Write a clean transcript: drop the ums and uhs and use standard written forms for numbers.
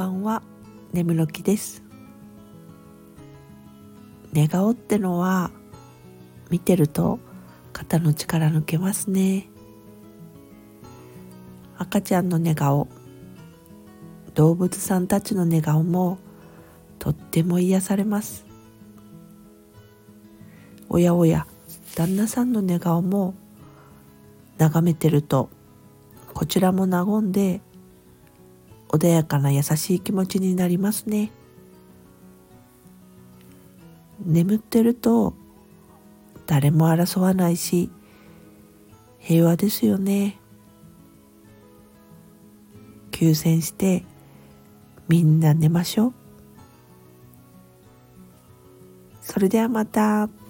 ばんは、ねむろきです。寝顔ってのは見てると肩の力抜けますね。赤ちゃんの寝顔、動物さんたちの寝顔もとっても癒されます。おやおや、旦那さんの寝顔も眺めてるとこちらも和んで穏やかな優しい気持ちになりますね。眠ってると誰も争わないし平和ですよね。休戦してみんな寝ましょう。それではまた。